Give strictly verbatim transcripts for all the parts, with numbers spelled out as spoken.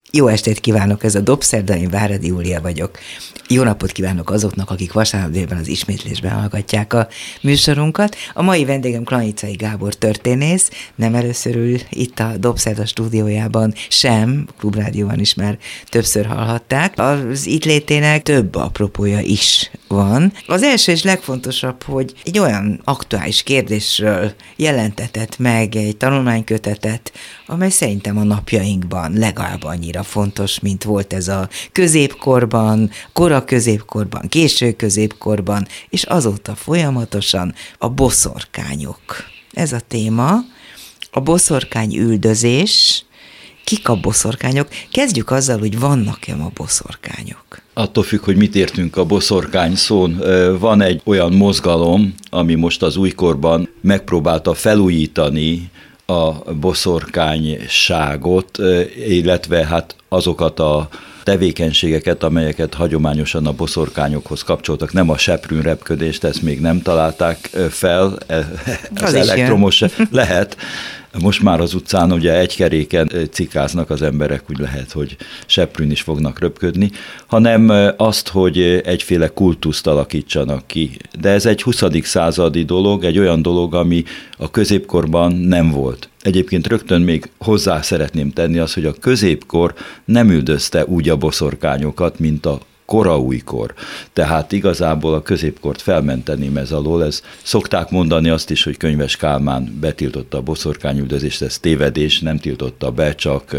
Jó estét kívánok, ez a Dobszerda, én Váradi Júlia vagyok. Jó napot kívánok azoknak, akik vasárnap délben az ismétlésben hallgatják a műsorunkat. A mai vendégem Klanicai Gábor történész, nem először ül itt a Dobszerda stúdiójában sem, Klubrádióban is már többször hallhatták. Az itt létének több apropója is van. Az első és legfontosabb, hogy egy olyan aktuális kérdésről jelentetett meg egy tanulmánykötetet, amely szerintem a napjainkban legalább annyira fontos, mint volt ez a középkorban, kora középkorban, késő középkorban, és azóta folyamatosan a boszorkányok. Ez a téma, a boszorkány üldözés. Kik a boszorkányok? Kezdjük azzal, hogy vannak-e ma boszorkányok? Attól függ, hogy mit értünk a boszorkány szón. Van egy olyan mozgalom, ami most az újkorban megpróbálta felújítani a boszorkányságot, illetve hát azokat a tevékenységeket, amelyeket hagyományosan a boszorkányokhoz kapcsoltak. Nem a seprűn repködést, ezt még nem találták fel, az, az elektromos lehet. Most már az utcán ugye egy keréken cikáznak az emberek, úgy lehet, hogy seprűn is fognak röpködni, hanem azt, hogy egyféle kultuszt alakítsanak ki. De ez egy huszadik századi dolog, egy olyan dolog, ami a középkorban nem volt. Egyébként rögtön még hozzá szeretném tenni azt, hogy a középkor nem üldözte úgy a boszorkányokat, mint a kora újkor. Tehát igazából a középkort felmenteném ez alól. Ez, szokták mondani azt is, hogy Könyves Kálmán betiltotta a boszorkányüldözést, ez tévedés, nem tiltotta be, csak...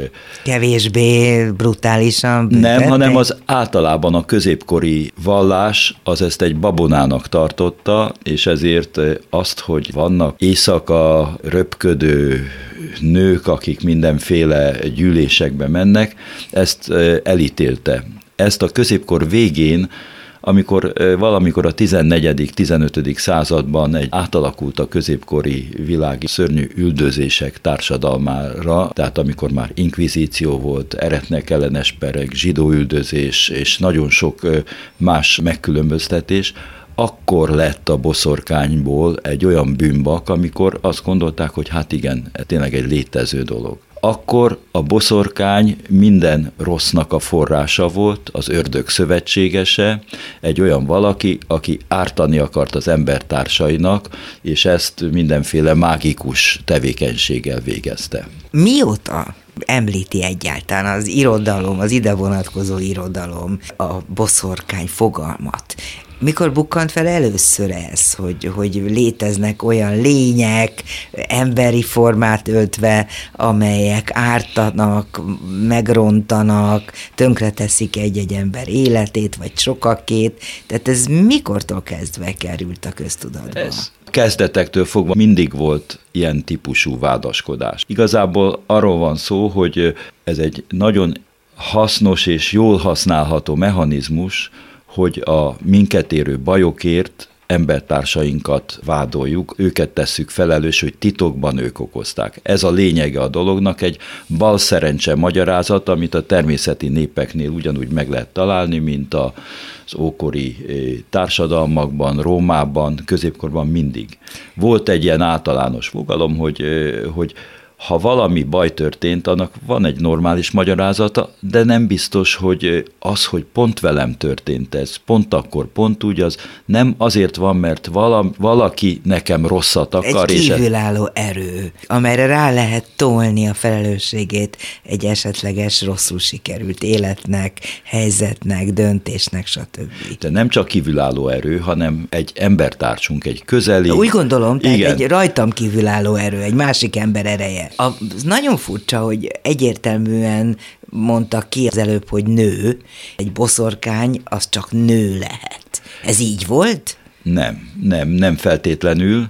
Kevésbé brutálisan büntették? Nem, hanem az általában a középkori vallás az ezt egy babonának tartotta, és ezért azt, hogy vannak éjszaka röpködő nők, akik mindenféle gyűlésekbe mennek, ezt elítélte. Ezt a középkor végén, amikor valamikor a tizennegyedik-tizenötödik században egy átalakult a középkori világi szörnyű üldözések társadalmára, tehát amikor már inkvizíció volt, eretnek ellenes perek, zsidó üldözés és nagyon sok más megkülönböztetés, akkor lett a boszorkányból egy olyan bűnbak, amikor azt gondolták, hogy hát igen, tényleg egy létező dolog. Akkor a boszorkány minden rossznak a forrása volt, az ördög szövetségese, egy olyan valaki, aki ártani akart az embertársainak, és ezt mindenféle mágikus tevékenységgel végezte. Mióta említi egyáltalán az irodalom, az ide vonatkozó irodalom a boszorkány fogalmat? Mikor bukkant fel először ez, hogy, hogy léteznek olyan lények, emberi formát öltve, amelyek ártanak, megrontanak, tönkreteszik egy-egy ember életét, vagy sokakét. Tehát ez mikortól kezdve került a köztudatba? Ez kezdetektől fogva mindig volt ilyen típusú vádaskodás. Igazából arról van szó, hogy ez egy nagyon hasznos és jól használható mechanizmus, hogy a minket érő bajokért embertársainkat vádoljuk, őket tesszük felelős, hogy titokban ők okozták. Ez a lényege a dolognak, egy balszerencse magyarázat, amit a természeti népeknél ugyanúgy meg lehet találni, mint az ókori társadalmakban, Rómában, középkorban mindig. Volt egy ilyen általános fogalom, hogy, hogy ha valami baj történt, annak van egy normális magyarázata, de nem biztos, hogy az, hogy pont velem történt ez, pont akkor, pont úgy, az nem azért van, mert vala, valaki nekem rosszat akar. Egy kívülálló erő, amelyre rá lehet tolni a felelősségét egy esetleges rosszul sikerült életnek, helyzetnek, döntésnek, stb. De nem csak kívülálló erő, hanem egy embertársunk, egy közeli... Úgy gondolom, tehát igen. Egy rajtam kívülálló erő, egy másik ember ereje. Az nagyon furcsa, hogy egyértelműen mondta ki az előbb, hogy nő, egy boszorkány az csak nő lehet. Ez így volt? Nem, nem, nem feltétlenül,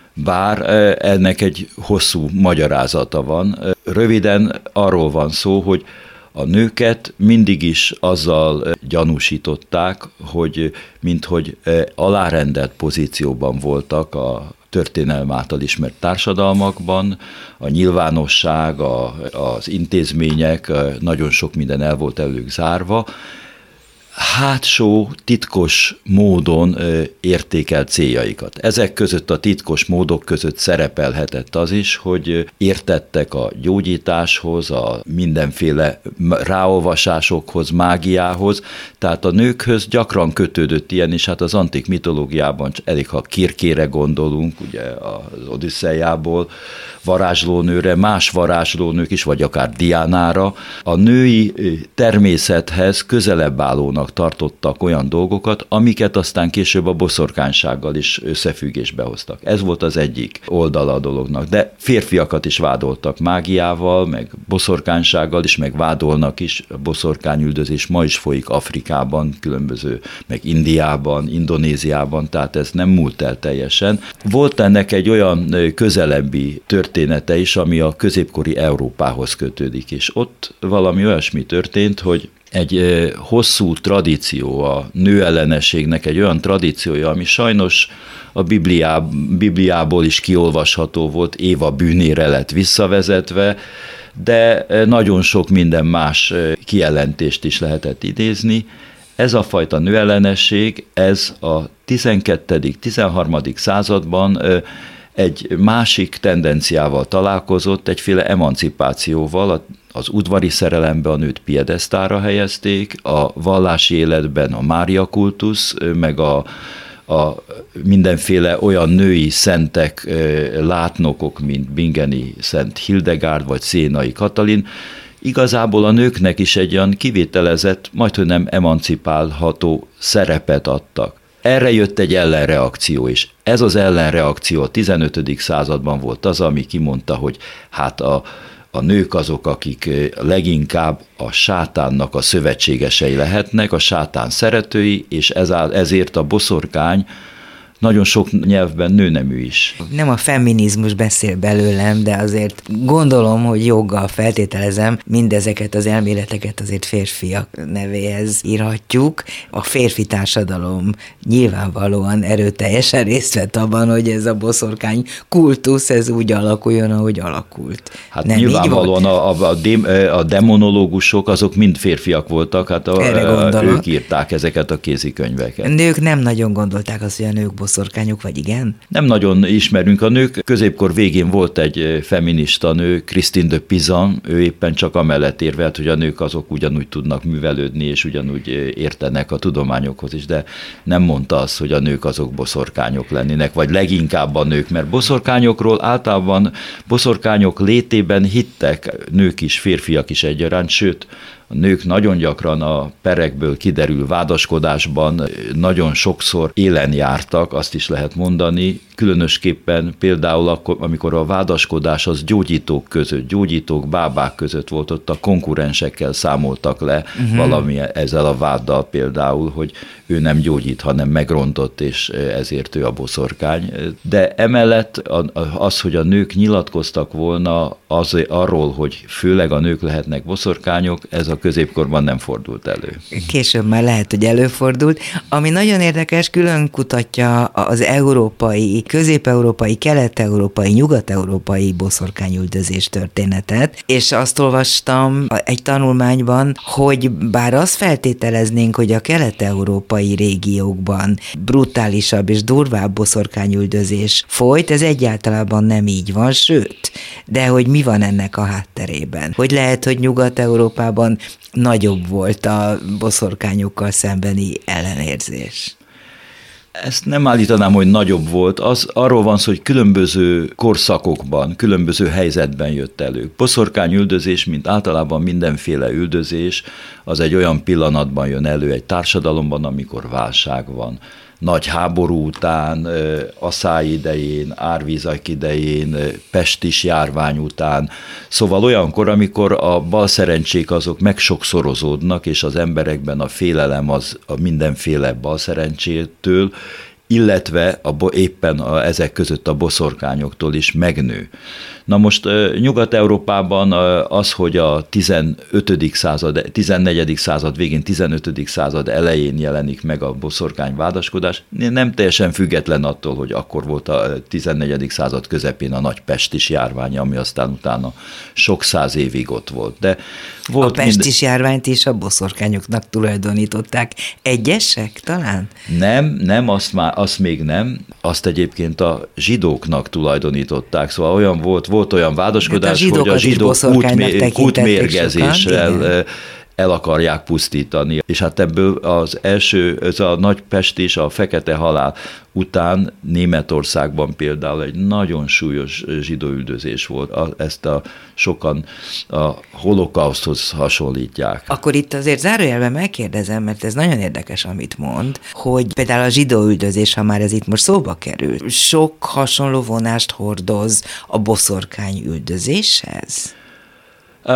bár ennek egy hosszú magyarázata van. Röviden arról van szó, hogy a nőket mindig is azzal gyanúsították, hogy minthogy alárendelt pozícióban voltak a történelem által ismert társadalmakban, a nyilvánosság, a, az intézmények, nagyon sok minden el volt elők zárva. hátsó, titkos módon értékelt céljaikat. Ezek között, a titkos módok között szerepelhetett az is, hogy értettek a gyógyításhoz, a mindenféle ráolvasásokhoz, mágiához, tehát a nőkhöz gyakran kötődött ilyen is, hát az antik mitológiában elég, ha Kirkére gondolunk, ugye az Odüsszeiából, varázslónőre, más varázslónők is, vagy akár Diánára, a női természethez közelebb állónak tartottak olyan dolgokat, amiket aztán később a boszorkánysággal is összefüggésbe hoztak. Ez volt az egyik oldala a dolognak, de férfiakat is vádoltak mágiával, meg boszorkánysággal is, meg vádolnak is, a boszorkányüldözés ma is folyik Afrikában, különböző, meg Indiában, Indonéziában, tehát ez nem múlt el teljesen. Volt ennek egy olyan közelebbi története is, ami a középkori Európához kötődik, és ott valami olyasmi történt, hogy egy hosszú tradíció, a nőellenességnek egy olyan tradíciója, ami sajnos a Bibliá, Bibliából is kiolvasható volt, Éva bűnére lett visszavezetve, de nagyon sok minden más kijelentést is lehetett idézni. Ez a fajta nőellenesség, ez a tizenkettedik-tizenharmadik században egy másik tendenciával találkozott, egyféle emancipációval, az udvari szerelembe a nőt piedesztára helyezték, a vallási életben a Mária kultusz, meg a, a mindenféle olyan női szentek, látnokok, mint Bingeni Szent Hildegárd, vagy Szénai Katalin, igazából a nőknek is egy olyan kivételezett, majdhogy nem emancipálható szerepet adtak. Erre jött egy ellenreakció is. Ez az ellenreakció a tizenötödik században volt az, ami kimondta, hogy hát a, a nők azok, akik leginkább a sátánnak a szövetségesei lehetnek, a sátán szeretői, és ezért a boszorkány nagyon sok nyelvben nőnemű is. Nem a feminizmus beszél belőlem, de azért gondolom, hogy joggal feltételezem, mindezeket az elméleteket azért férfiak nevéhez írhatjuk. A férfi társadalom nyilvánvalóan erőteljesen részt vett abban, hogy ez a boszorkány kultusz, ez úgy alakuljon, ahogy alakult. Hát nem nyilvánvalóan a, a, a, a demonológusok azok mind férfiak voltak, hát a, ők írták ezeket a kézikönyveket. Nők nem nagyon gondolták azt, hogy a nők boszorkányok, vagy igen? Nem nagyon ismerünk a nők. Középkor végén volt egy feminista nő, Christine de Pizan, ő éppen csak amellett érvelt, hogy a nők azok ugyanúgy tudnak művelődni, és ugyanúgy értenek a tudományokhoz is, de nem mondta azt, hogy a nők azok boszorkányok lennének, vagy leginkább a nők, mert boszorkányokról általában boszorkányok létében hittek nők is, férfiak is egyaránt, sőt, a nők nagyon gyakran a perekből kiderül vádaskodásban nagyon sokszor élen jártak, azt is lehet mondani, különösképpen például akkor, amikor a vádaskodás az gyógyítók között, gyógyítók, bábák között volt, ott a konkurensekkel számoltak le uh-huh. valami ezzel a váddal például, hogy ő nem gyógyít, hanem megrontott, és ezért ő a boszorkány. De emellett az, hogy a nők nyilatkoztak volna az, arról, hogy főleg a nők lehetnek boszorkányok, ez a középkorban nem fordult elő. Később már lehet, hogy előfordult. Ami nagyon érdekes, külön kutatja az európai, közép-európai, kelet-európai, nyugat-európai boszorkányüldözés történetet, és azt olvastam egy tanulmányban, hogy bár azt feltételeznénk, hogy a kelet-európai régiókban brutálisabb és durvább boszorkányüldözés folyt, ez egyáltalán nem így van, sőt, de hogy mi van ennek a hátterében? Hogy lehet, hogy Nyugat-Európában nagyobb volt a boszorkányokkal szembeni ellenérzés? Ezt nem állítanám, hogy nagyobb volt. Az arról van szó, hogy különböző korszakokban, különböző helyzetben jött elő. Boszorkányüldözés, mint általában mindenféle üldözés, az egy olyan pillanatban jön elő egy társadalomban, amikor válság van. Nagy háború után, asszály idején, árvízak idején, pestis járvány után. Szóval olyankor, amikor a balszerencsék azok megsokszorozódnak, és az emberekben a félelem az a mindenféle balszerencsétől illetve a, éppen a, ezek között a boszorkányoktól is megnő. Na most Nyugat-Európában az, hogy a tizenötödik század, tizennegyedik század végén, tizenötödik század elején jelenik meg a boszorkány vádaskodás, nem teljesen független attól, hogy akkor volt a tizennegyedik század közepén a nagy pestis járvány, ami aztán utána sok száz évig ott volt. De volt a pestis mind... járványt is a boszorkányoknak tulajdonították. Egyesek talán? Nem, nem, azt, már, azt még nem. Azt egyébként a zsidóknak tulajdonították. Szóval olyan volt, volt olyan vádaskodás, hogy a zsidók kútmé, kútmérgezéssel el akarják pusztítani. És hát ebből az első, ez a nagy pestis, a fekete halál után Németországban például egy nagyon súlyos zsidóüldözés volt. Ezt a sokan a holokauszthoz hasonlítják. Akkor itt azért zárójelben megkérdezem, mert ez nagyon érdekes, amit mond, hogy például a zsidóüldözés, ha már ez itt most szóba kerül, sok hasonló vonást hordoz a boszorkány üldözéshez? Uh,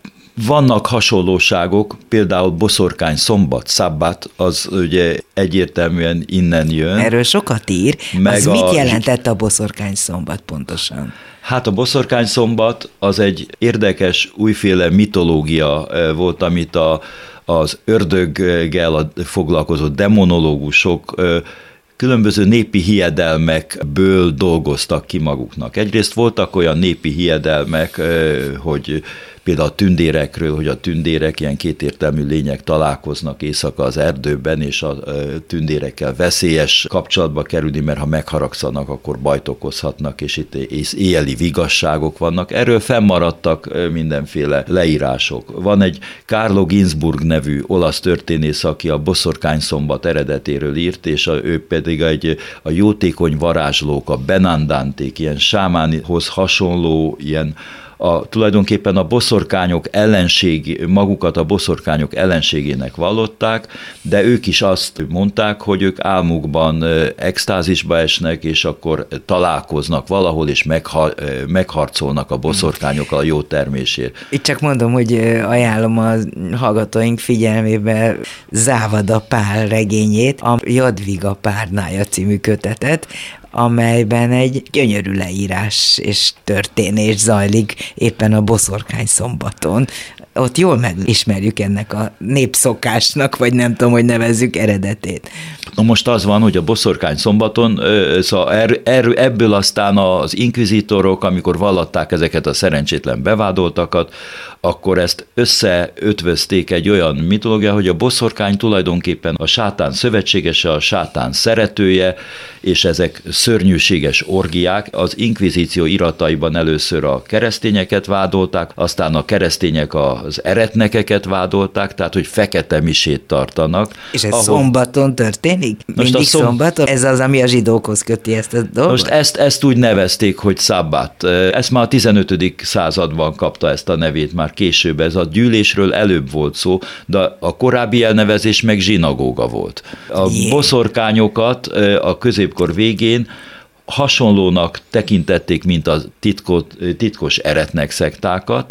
Vannak hasonlóságok, például boszorkány szombat, szabbat, az ugye egyértelműen innen jön. Erről sokat ír. Meg az a... mit jelentett a boszorkány szombat pontosan? Hát a boszorkány szombat az egy érdekes, újféle mitológia volt, amit a, az ördöggel foglalkozó demonológusok különböző népi hiedelmekből dolgoztak ki maguknak. Egyrészt voltak olyan népi hiedelmek, hogy például a tündérekről, hogy a tündérek, ilyen kétértelmű lények találkoznak éjszaka az erdőben, és a tündérekkel veszélyes kapcsolatba kerülni, mert ha megharagszanak, akkor bajt okozhatnak, és itt éjjeli vigasságok vannak. Erről fennmaradtak mindenféle leírások. Van egy Carlo Ginzburg nevű olasz történész, aki a boszorkány szombat eredetéről írt, és a, ő pedig egy, a jótékony varázslók, a benandanték, ilyen sámánhoz hasonló, ilyen A, tulajdonképpen a boszorkányok ellenség, magukat a boszorkányok ellenségének vallották, de ők is azt mondták, hogy ők álmukban extázisba esnek, és akkor találkoznak valahol, és megha, megharcolnak a boszorkányokkal a jó termésért. Itt csak mondom, hogy ajánlom a hallgatóink figyelmébe Závada Pál regényét, a Jadviga párnája című kötetet, amelyben egy gyönyörű leírás és történés zajlik éppen a boszorkány szombaton. Ott jól megismerjük ennek a népszokásnak, vagy nem tudom, hogy nevezzük eredetét. Na most az van, hogy a boszorkány szombaton, szóval er, er, ebből aztán az inkvizitorok, amikor vallatták ezeket a szerencsétlen bevádoltakat, akkor ezt összeötvözték egy olyan mitológia, hogy a boszorkány tulajdonképpen a sátán szövetségese, a sátán szeretője, és ezek szörnyűséges orgiák. Az inkvizíció irataiban először a keresztényeket vádolták, aztán a keresztények az eretnekeket vádolták, tehát hogy fekete misét tartanak. És ez ahol... szombaton történik? Mindig most szom... szombaton? Ez az, ami a zsidókhoz köti ezt a dolgot? Most ezt, ezt úgy nevezték, hogy szabbat. Ezt már a tizenötödik században kapta ezt a nevét, már később. Ez a gyűlésről előbb volt szó, de a korábbi elnevezés meg zsinagóga volt. A yeah. boszorkányokat a középkor végén hasonlónak tekintették, mint a titkot, titkos eretnek szektákat,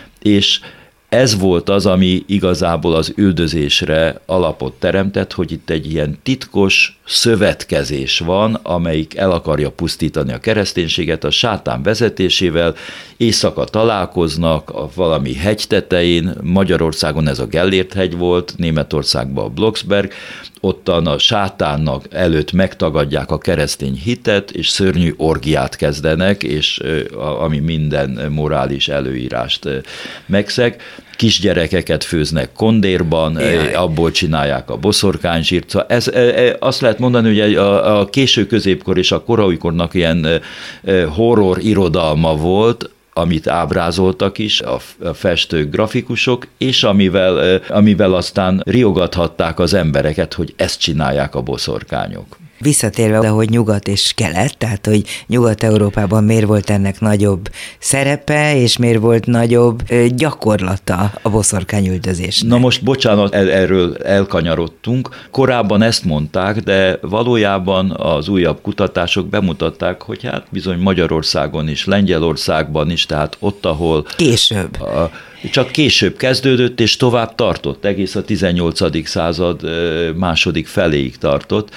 és ez volt az, ami igazából az üldözésre alapot teremtett, hogy itt egy ilyen titkos szövetkezés van, amelyik el akarja pusztítani a kereszténységet a sátán vezetésével, éjszaka találkoznak a valami hegy tetején, Magyarországon ez a Gellért hegy volt, Németországban a Blocksberg, ottan a sátánnak előtt megtagadják a keresztény hitet, és szörnyű orgiát kezdenek, és ami minden morális előírást megszeg. Kisgyerekeket főznek kondérban, Jaj. abból csinálják a boszorkányzsírt. Szóval ez, azt lehet mondani, hogy a, a késő középkor és a koraújkornak ilyen horror irodalma volt, amit ábrázoltak is a festők, grafikusok, és amivel, amivel aztán riogathatták az embereket, hogy ezt csinálják a boszorkányok. Visszatérve, hogy nyugat és kelet, tehát hogy Nyugat-Európában miért volt ennek nagyobb szerepe, és miért volt nagyobb gyakorlata a boszorkányüldözésnek? Na most bocsánat, erről elkanyarodtunk. Korábban ezt mondták, de valójában az újabb kutatások bemutatták, hogy hát bizony Magyarországon is, Lengyelországban is, tehát ott, ahol... Később. A, Csak később kezdődött, és tovább tartott, egész a tizennyolcadik század második feléig tartott.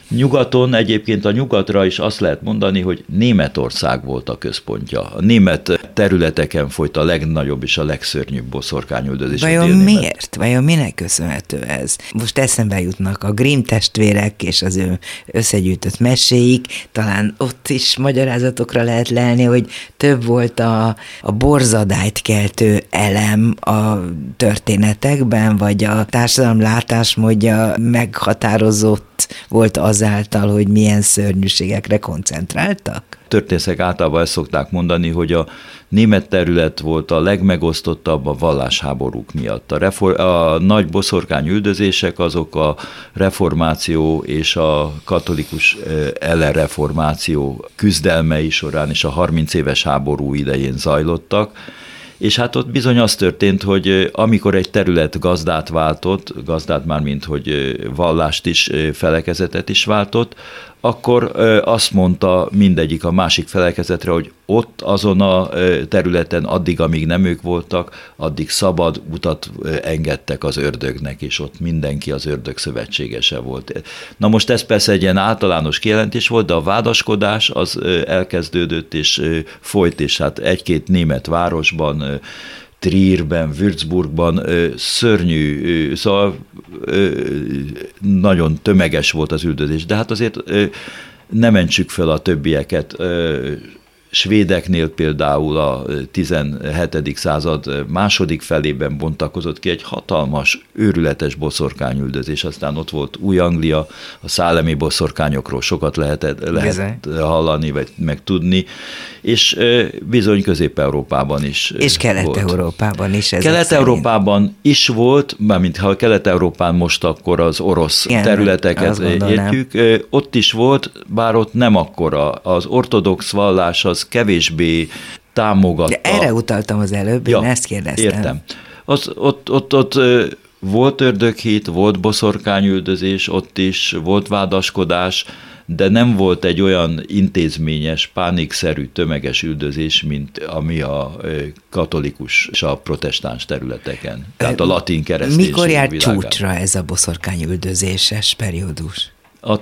Nyugaton egyébként a nyugatra is azt lehet mondani, hogy Németország volt a központja. A német területeken folyt a legnagyobb és a legszörnyűbb boszorkányüldözés. Vajon miért? Vajon minek köszönhető ez? Most eszembe jutnak a Grimm testvérek és az ő összegyűjtött meséik, talán ott is magyarázatokra lehet lelni, hogy több volt a, a borzadályt keltő elem a történetekben, vagy a társadalom látásmódja meghatározott volt azáltal, hogy milyen szörnyűségekre koncentráltak? Történészek általában ezt szokták mondani, hogy a német terület volt a legmegosztottabb a vallásháborúk miatt. A, refor- a nagy boszorkány üldözések azok a reformáció és a katolikus ellenreformáció küzdelmei során és a harminc éves háború idején zajlottak, és hát ott bizony az történt, hogy amikor egy terület gazdát váltott, gazdát már mint hogy vallást is, felekezetet is váltott, akkor azt mondta mindegyik a másik felekezetre, hogy ott azon a területen addig, amíg nem ők voltak, addig szabad utat engedtek az ördögnek, és ott mindenki az ördög szövetségese volt. Na most ez persze egy ilyen általános kijelentés volt, de a vádaskodás az elkezdődött és folyt, és hát egy-két német városban, Trierben, Würzburgban szörnyű, szóval nagyon tömeges volt az üldözés, de hát azért ne mentsük fel a többieket. Svédeknél például a tizenhetedik század második felében bontakozott ki egy hatalmas, őrületes boszorkányüldözés, aztán ott volt Új-Anglia, a szálemi boszorkányokról sokat lehetett, lehet hallani, vagy meg tudni, és bizony Közép-Európában is És Kelet-Európában is. Kelet-Európában szerint. is volt, mármint ha Kelet-Európán most akkor az orosz Igen, területeket értjük, ott is volt, bár ott nem akkora. Az ortodox vallás az kevésbé támogatta. De erre utaltam az előbb, én ja, ezt kérdeztem. Értem. Az, ott, ott, ott volt ördöghit, volt boszorkányüldözés, ott is volt vádaskodás, de nem volt egy olyan intézményes, pánikszerű, tömeges üldözés, mint ami a katolikus és a protestáns területeken. Tehát a latin kereszténység Mikor járt világán. Csúcsra ez a boszorkányüldözéses periódus? A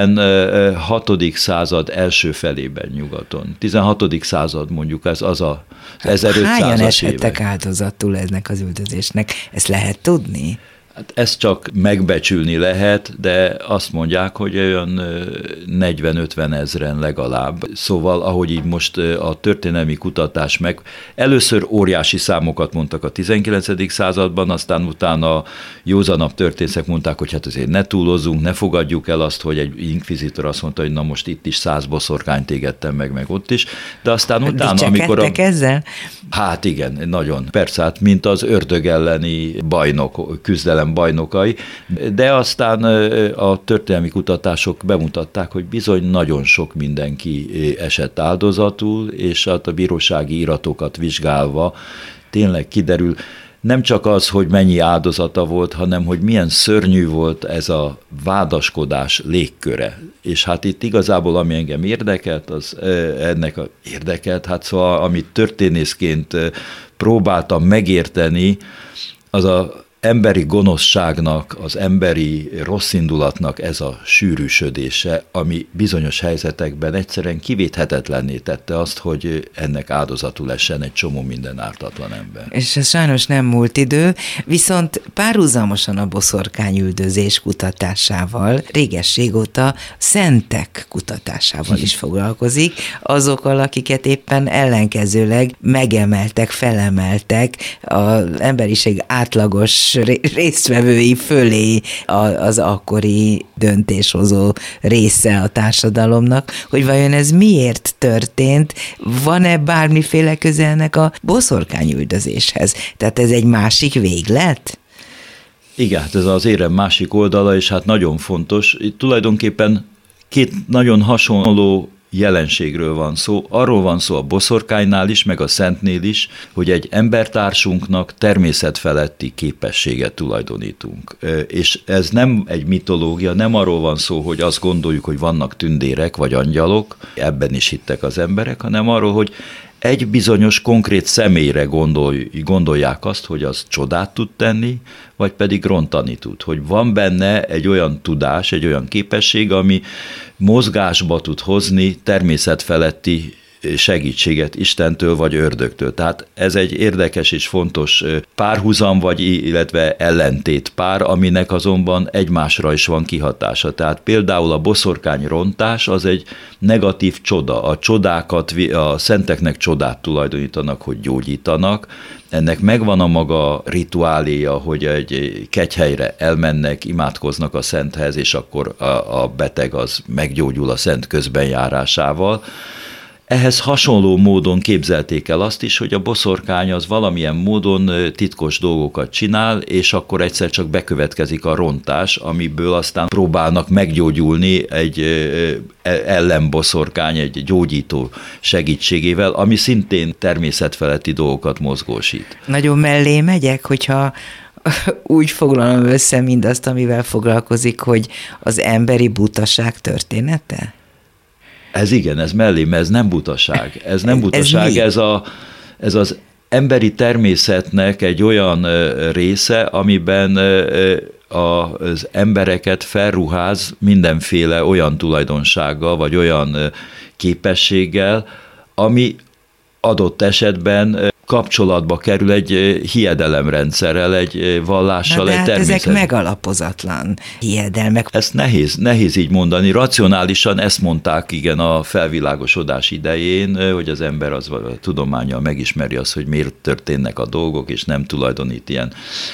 tizenhatodik század első felében nyugaton. tizenhatodik század mondjuk, ez az a ezerötszázas Hányan évek. eshettek áldozatul eznek az üldözésnek? Ezt lehet tudni? Hát ezt csak megbecsülni lehet, de azt mondják, hogy olyan negyven-ötven ezren legalább. Szóval, ahogy így most a történelmi kutatás meg, először óriási számokat mondtak a tizenkilencedik században, aztán utána józanabb történészek mondták, hogy hát azért ne túlozzunk, ne fogadjuk el azt, hogy egy inkvizitor azt mondta, hogy na most itt is száz boszorkányt égettem meg, meg ott is, de aztán utána, amikor a... ezzel? Hát igen, nagyon. Persze, hát mint az ördög elleni bajnok, küzdelem bajnokai, de aztán a történelmi kutatások bemutatták, hogy bizony nagyon sok mindenki esett áldozatul, és hát a bírósági iratokat vizsgálva tényleg kiderül, nem csak az, hogy mennyi áldozata volt, hanem hogy milyen szörnyű volt ez a vádaskodás légköre. És hát itt igazából, ami engem érdekelt, az ennek a érdekelt, hát szóval, amit történészként próbáltam megérteni, az a emberi gonoszságnak, az emberi rosszindulatnak ez a sűrűsödése, ami bizonyos helyzetekben egyszerűen kivéthetetlenné tette azt, hogy ennek áldozatul essen egy csomó minden ártatlan ember. És ez sajnos nem múlt idő, viszont párhuzamosan a boszorkányüldözés kutatásával réges óta szentek kutatásával is foglalkozik, azokkal, akiket éppen ellenkezőleg megemeltek, felemeltek az emberiség átlagos résztvevői fölé az akkori döntéshozó része a társadalomnak, hogy vajon ez miért történt, van-e bármiféle köze ennek a boszorkányüldözéshez? Tehát ez egy másik véglet? Igen, hát ez az érem másik oldala, és hát nagyon fontos. Itt tulajdonképpen két nagyon hasonló jelenségről van szó. Arról van szó a boszorkánynál is, meg a szentnél is, hogy egy embertársunknak természetfeletti képességet tulajdonítunk. És ez nem egy mitológia, nem arról van szó, hogy azt gondoljuk, hogy vannak tündérek vagy angyalok, ebben is hittek az emberek, hanem arról, hogy egy bizonyos konkrét személyre gondol, gondolják azt, hogy az csodát tud tenni, vagy pedig rontani tud. Hogy van benne egy olyan tudás, egy olyan képesség, ami mozgásba tud hozni természetfeletti segítséget Istentől vagy ördögtől. Tehát ez egy érdekes és fontos párhuzam, vagy illetve ellentét pár, aminek azonban egymásra is van kihatása. Tehát például a boszorkány rontás az egy negatív csoda. A csodákat, a szenteknek csodát tulajdonítanak, hogy gyógyítanak. Ennek megvan a maga rituáléja, hogy egy kegyhelyre elmennek, imádkoznak a szenthez, és akkor a, a beteg az meggyógyul a szent közbenjárásával. Ehhez hasonló módon képzelték el azt is, hogy a boszorkány az valamilyen módon titkos dolgokat csinál, és akkor egyszer csak bekövetkezik a rontás, amiből aztán próbálnak meggyógyulni egy ellenboszorkány, egy gyógyító segítségével, ami szintén természetfeletti dolgokat mozgósít. Nagyon mellé megyek, hogyha úgy foglalom össze mindazt, amivel foglalkozik, hogy az emberi butaság története? Ez igen, ez mellé, mert ez nem butaság. Ez nem butaság, ez, ez, a, ez az emberi természetnek egy olyan része, amiben az embereket felruház mindenféle olyan tulajdonsággal, vagy olyan képességgel, ami adott esetben kapcsolatba kerül egy hiedelemrendszerrel, egy vallással, Na, egy hát természet. Ezek megalapozatlan hiedelmek. Ezt nehéz, nehéz így mondani. Racionálisan ezt mondták, igen, a felvilágosodás idején, hogy az ember az a tudománnyal megismeri azt, hogy miért történnek a dolgok, és nem tulajdonít ilyen.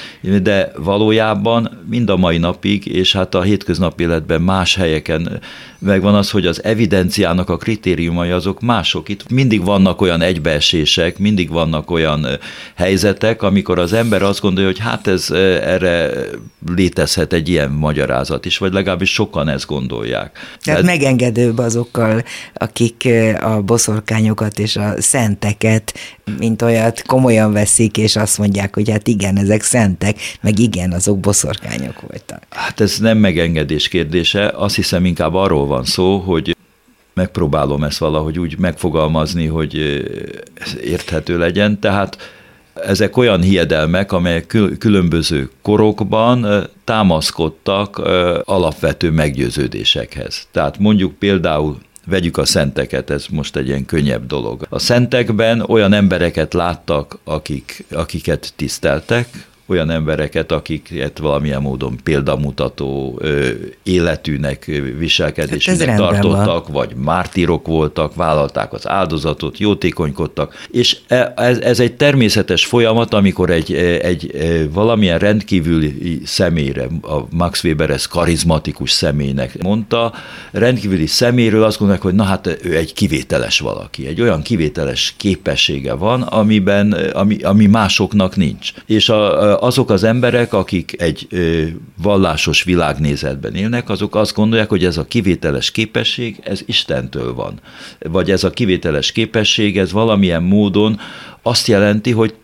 De valójában mind a mai napig, és hát a hétköznapi életben más helyeken megvan az, hogy az evidenciának a kritériumai azok mások. Itt mindig vannak olyan egybeesések, mindig vannak olyan helyzetek, amikor az ember azt gondolja, hogy hát ez erre létezhet egy ilyen magyarázat is, vagy legalábbis sokan ezt gondolják. Tehát De... megengedőbb azokkal, akik a boszorkányokat és a szenteket, mint olyat komolyan veszik, és azt mondják, hogy hát igen, ezek szentek, meg igen, azok boszorkányok voltak. Hát ez nem megengedés kérdése, azt hiszem inkább arról van szó, hogy megpróbálom ezt valahogy úgy megfogalmazni, hogy érthető legyen. Tehát ezek olyan hiedelmek, amelyek különböző korokban támaszkodtak alapvető meggyőződésekhez. Tehát mondjuk például vegyük a szenteket, ez most egy ilyen könnyebb dolog. A szentekben olyan embereket láttak, akik, akiket tiszteltek, olyan embereket, akiket valamilyen módon példamutató ö, életűnek, viselkedésűnek tartottak, vagy mártírok voltak, vállalták az áldozatot, jótékonykodtak, és ez, ez egy természetes folyamat, amikor egy, egy valamilyen rendkívüli személyre, a Max Weber ezt karizmatikus személynek mondta, rendkívüli személyről azt gondolják, hogy na hát ő egy kivételes valaki, egy olyan kivételes képessége van, amiben, ami, ami másoknak nincs. És a azok az emberek, akik egy ö, vallásos világnézetben élnek, azok azt gondolják, hogy ez a kivételes képesség, ez Istentől van. Vagy ez a kivételes képesség, ez valamilyen módon azt jelenti, hogy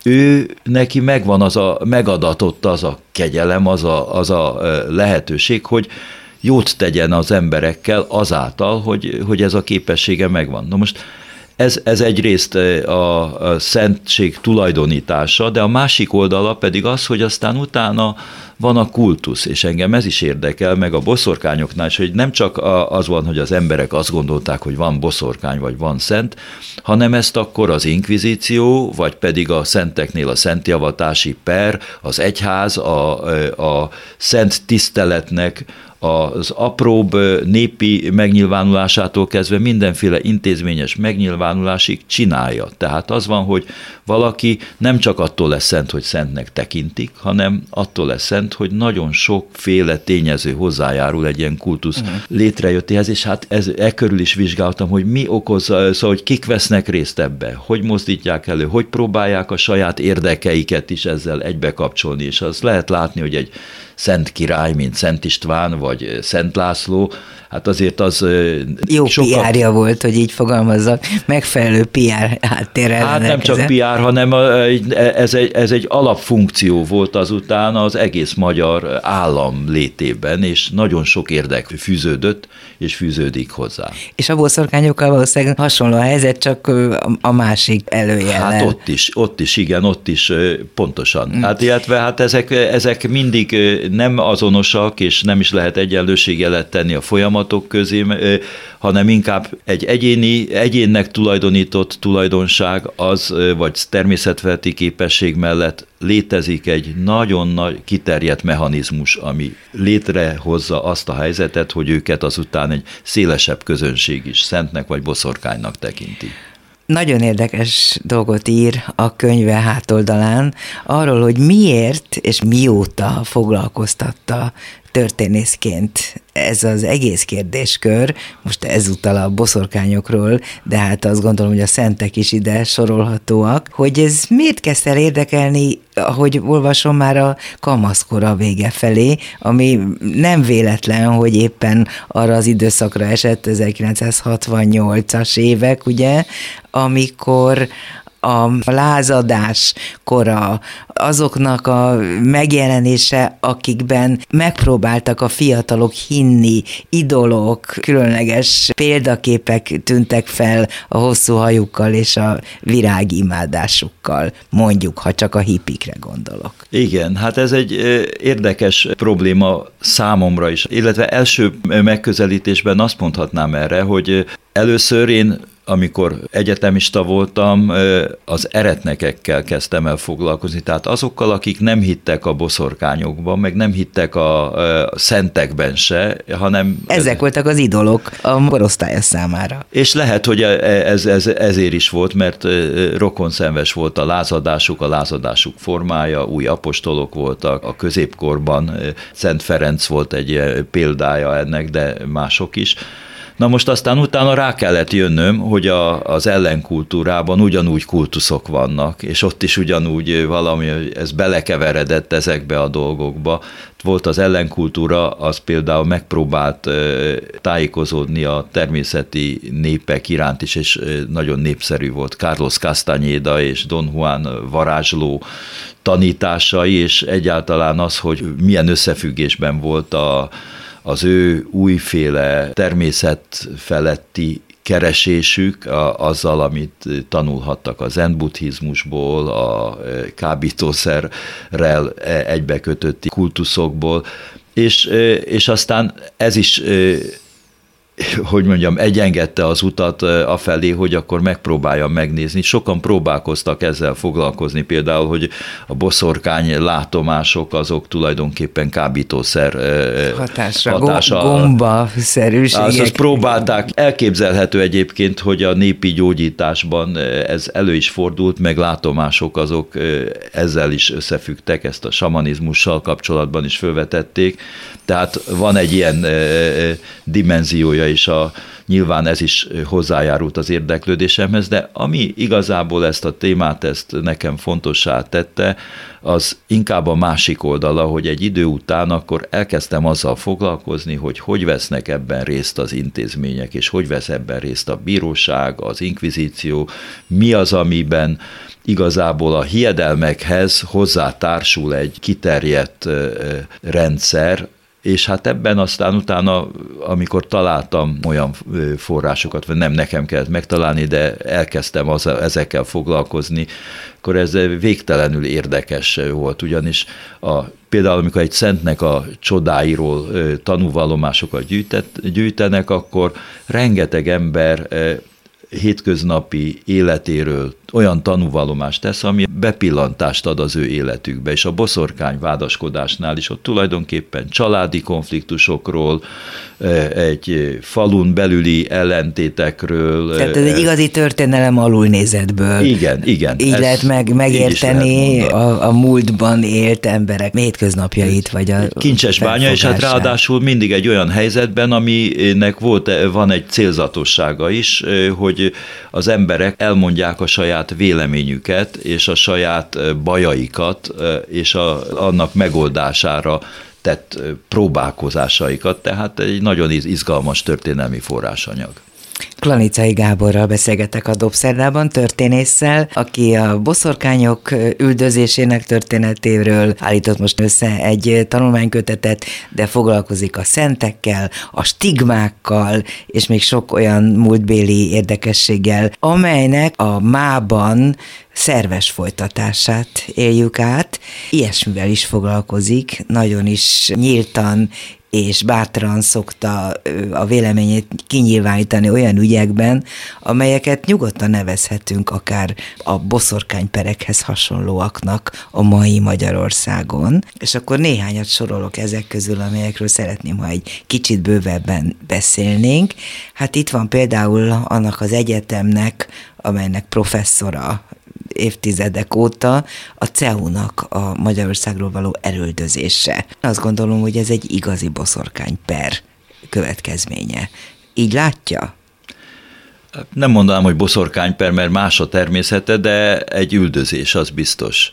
ő neki megvan az a, megadatott az a kegyelem, az a, az a lehetőség, hogy jót tegyen az emberekkel azáltal, hogy, hogy ez a képessége megvan. Na most Ez, ez egyrészt a, a szentség tulajdonítása, de a másik oldala pedig az, hogy aztán utána van a kultusz, és engem ez is érdekel, meg a boszorkányoknál is, hogy nem csak az van, hogy az emberek azt gondolták, hogy van boszorkány, vagy van szent, hanem ezt akkor az inkvizíció, vagy pedig a szenteknél a szentjavatási per, az egyház, a, a szent tiszteletnek az apróbb népi megnyilvánulásától kezdve mindenféle intézményes megnyilvánulásig csinálja. Tehát az van, hogy valaki nem csak attól lesz szent, hogy szentnek tekintik, hanem attól lesz szent, hogy nagyon sokféle tényező hozzájárul egy ilyen kultusz uh-huh. létrejöttéhez, és hát ez, e körül is vizsgáltam, hogy mi okozza, szóval, hogy kik vesznek részt ebbe, hogy mozdítják elő, hogy próbálják a saját érdekeiket is ezzel egybekapcsolni, és azt lehet látni, hogy egy szent király, mint Szent István, vagy vagy Szent László, hát azért az jó sokkal... pé er-ja volt, hogy így fogalmazzak, megfelelő pé er háttérrel. Hát nem csak pé er, hanem ez egy, ez egy alapfunkció volt azután az egész magyar állam létében, és nagyon sok érdek fűződött, és fűződik hozzá. És a boszorkányokkal valószínűleg hasonló a helyzet, csak a másik előjellel. Hát ott is, ott is, igen, ott is pontosan. Hát illetve hát ezek, ezek mindig nem azonosak, és nem is lehet egyenlőségjelet tenni a folyamatok közé, hanem inkább egy egyéni, egyénnek tulajdonított tulajdonság az, vagy természetfeletti képesség mellett létezik egy nagyon nagy kiterjedt mechanizmus, ami létrehozza azt a helyzetet, hogy őket azután egy szélesebb közönség is szentnek vagy boszorkánynak tekinti. Nagyon érdekes dolgot ír a könyve hátoldalán arról, hogy miért és mióta foglalkoztatta történészként ez az egész kérdéskör, most ezúttal a boszorkányokról, de hát azt gondolom, hogy a szentek is ide sorolhatóak, hogy ez miért kezdte el érdekelni, ahogy olvasom már a kamaszkora vége felé, ami nem véletlen, hogy éppen arra az időszakra esett ezerkilencszázhatvannyolcas évek, ugye, amikor a lázadás kora, azoknak a megjelenése, akikben megpróbáltak a fiatalok hinni, idolok, különleges példaképek tűntek fel a hosszú hajukkal és a virágimádásukkal, mondjuk, ha csak a hippikre gondolok. Igen, hát ez egy érdekes probléma számomra is, illetve első megközelítésben azt mondhatnám erre, hogy először én amikor egyetemista voltam, az eretnekekkel kezdtem el foglalkozni, tehát azokkal, akik nem hittek a boszorkányokban, meg nem hittek a szentekben se, hanem... Ezek voltak az idolok a korosztálya számára. És lehet, hogy ez, ez, ezért is volt, mert rokonszenves volt a lázadásuk, a lázadásuk formája, új apostolok voltak, a középkorban Szent Ferenc volt egy példája ennek, de mások is. Na most aztán utána rá kellett jönnöm, hogy a, az ellenkultúrában ugyanúgy kultuszok vannak, és ott is ugyanúgy valami, ez belekeveredett ezekbe a dolgokba. Volt az ellenkultúra, az például megpróbált tájékozódni a természeti népek iránt is, és nagyon népszerű volt Carlos Castañeda és Don Juan varázsló tanításai, és egyáltalán az, hogy milyen összefüggésben volt a az ő újféle természet feletti keresésük a, azzal, amit tanulhattak a zen buddhizmusból, a kábítószerrel egybekötötti kultuszokból, és, és aztán ez is, hogy mondjam, egyengedte az utat afelé, hogy akkor megpróbáljam megnézni. Sokan próbálkoztak ezzel foglalkozni, például, hogy a boszorkány látomások azok tulajdonképpen kábítószer hatásra, hatása. Gomba-szerűségek. Azt, azt próbálták. Elképzelhető egyébként, hogy a népi gyógyításban ez elő is fordult, meg látomások azok ezzel is összefüggtek, ezt a samanizmussal kapcsolatban is felvetették. Tehát van egy ilyen dimenziója is, a, nyilván ez is hozzájárult az érdeklődésemhez, de ami igazából ezt a témát, ezt nekem fontossá tette, az inkább a másik oldala, hogy egy idő után akkor elkezdtem azzal foglalkozni, hogy hogy vesznek ebben részt az intézmények, és hogy vesz ebben részt a bíróság, az inkvizíció, mi az, amiben igazából a hiedelmekhez hozzátársul egy kiterjedt rendszer, és hát ebben aztán utána, amikor találtam olyan forrásokat, vagy nem nekem kellett megtalálni, de elkezdtem az, ezekkel foglalkozni, akkor ez végtelenül érdekes volt, ugyanis a, például amikor egy szentnek a csodáiról tanúvallomásokat gyűjtet, gyűjtenek, akkor rengeteg ember hétköznapi életéről olyan tanúvallomást tesz, ami bepillantást ad az ő életükbe, és a boszorkány vádaskodásnál is ott tulajdonképpen családi konfliktusokról, egy falun belüli ellentétekről. Tehát ez egy igazi történelem alulnézetből. Igen, igen. Így lehet meg, megérteni lehet a, a múltban élt emberek hétköznapjait, vagy a kincses bánya, és hát ráadásul mindig egy olyan helyzetben, aminek volt, van egy célzatossága is, hogy az emberek elmondják a saját véleményüket, és a saját bajaikat, és a, annak megoldására tett próbálkozásaikat, tehát egy nagyon izgalmas történelmi forrásanyag. Klanicai Gáborral beszélgetek a Dobszerdában, történésszel, aki a boszorkányok üldözésének történetéről állított most össze egy tanulmánykötetet, de foglalkozik a szentekkel, a stigmákkal, és még sok olyan múltbéli érdekességgel, amelynek a mában szerves folytatását éljük át. Ilyesmivel is foglalkozik, nagyon is nyíltan és bátran szokta a véleményét kinyilvánítani olyan ügyekben, amelyeket nyugodtan nevezhetünk akár a boszorkányperekhez hasonlóaknak a mai Magyarországon. És akkor néhányat sorolok ezek közül, amelyekről szeretném, ha egy kicsit bővebben beszélnénk. Hát itt van például annak az egyetemnek, amelynek professzora évtizedek óta a cé e u-nak a Magyarországról való elüldözése. Azt gondolom, hogy ez egy igazi boszorkányper következménye. Így látja? Nem mondanám, hogy boszorkányper, mert más a természete, de egy üldözés, az biztos.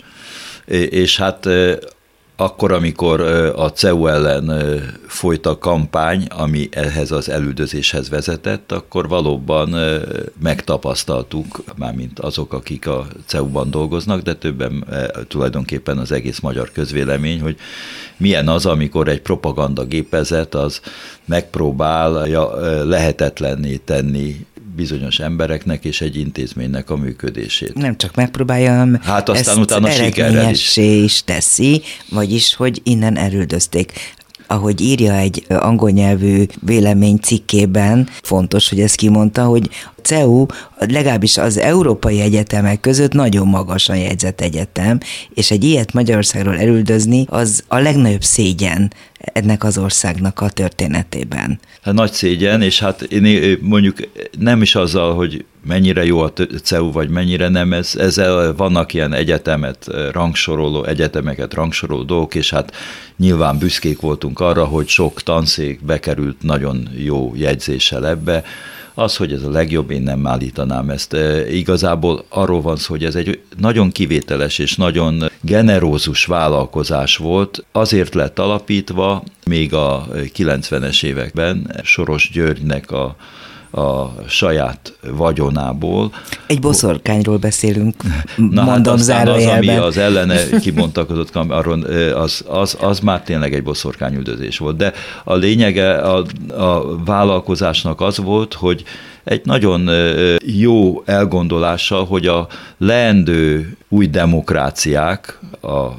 És hát akkor, amikor a cé e u ellen folyt a kampány, ami ehhez az elüldözéshez vezetett, akkor valóban megtapasztaltuk, mármint azok, akik a cé e u-ban dolgoznak, de többen tulajdonképpen az egész magyar közvélemény, hogy milyen az, amikor egy propagandagépezet az megpróbálja lehetetlenné tenni bizonyos embereknek és egy intézménynek a működését. Nem csak megpróbálja, hanem hát aztán ezt utána eredményessé is teszi, vagyis, hogy innen elüldözték. Ahogy írja egy angol nyelvű vélemény cikkében, fontos, hogy ezt kimondta, hogy a cé e u legalábbis az európai egyetemek között nagyon magasan jegyzett egyetem, és egy ilyet Magyarországról elüldözni, az a legnagyobb szégyen ennek az országnak a történetében. Hát nagy szégyen, és hát én mondjuk nem is azzal, hogy mennyire jó a cé e u, vagy mennyire nem, ez, ezzel vannak ilyen egyetemet rangsoroló, egyetemeket rangsoroló dolgok, és hát nyilván büszkék voltunk arra, hogy sok tanszék bekerült nagyon jó jegyzéssel ebbe. Az, hogy ez a legjobb, én nem állítanám ezt. E, igazából arról van szó, hogy ez egy nagyon kivételes és nagyon generózus vállalkozás volt. Azért lett alapítva még a kilencvenes években Soros Györgynek a a saját vagyonából. Egy boszorkányról beszélünk, Na mondom hát zárójelben. Az, ami az ellene kibontakozott, az, az, az már tényleg egy boszorkányüldözés volt. De a lényege a, a vállalkozásnak az volt, hogy egy nagyon jó elgondolással, hogy a leendő új demokráciák a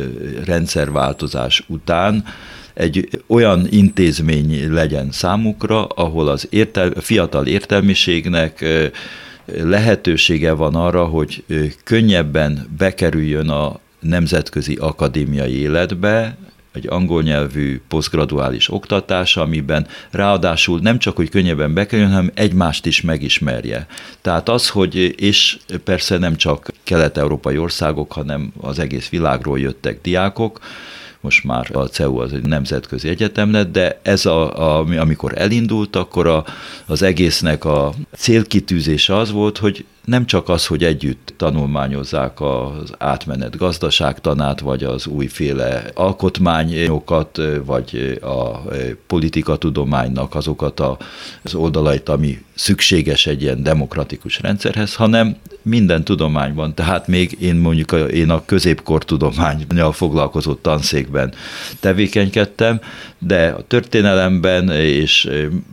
rendszerváltozás után egy olyan intézmény legyen számukra, ahol az értel, fiatal értelmiségnek lehetősége van arra, hogy könnyebben bekerüljön a nemzetközi akadémiai életbe, egy angol nyelvű posztgraduális oktatás, amiben ráadásul nem csak, hogy könnyebben bekerüljön, hanem egymást is megismerje. Tehát az, hogy, és persze nem csak kelet-európai országok, hanem az egész világról jöttek diákok, most már a cé e u az egy nemzetközi egyetem lett, de ez, a, a, amikor elindult, akkor a, az egésznek a célkitűzése az volt, hogy nem csak az, hogy együtt tanulmányozzák az átmenet gazdaságtanát, vagy az újféle alkotmányokat, vagy a politikatudománynak azokat az oldalait, ami szükséges egy ilyen demokratikus rendszerhez, hanem minden tudományban, tehát még én mondjuk a, én a középkortudománnyal foglalkozó tanszékben tevékenykedtem, de a történelemben és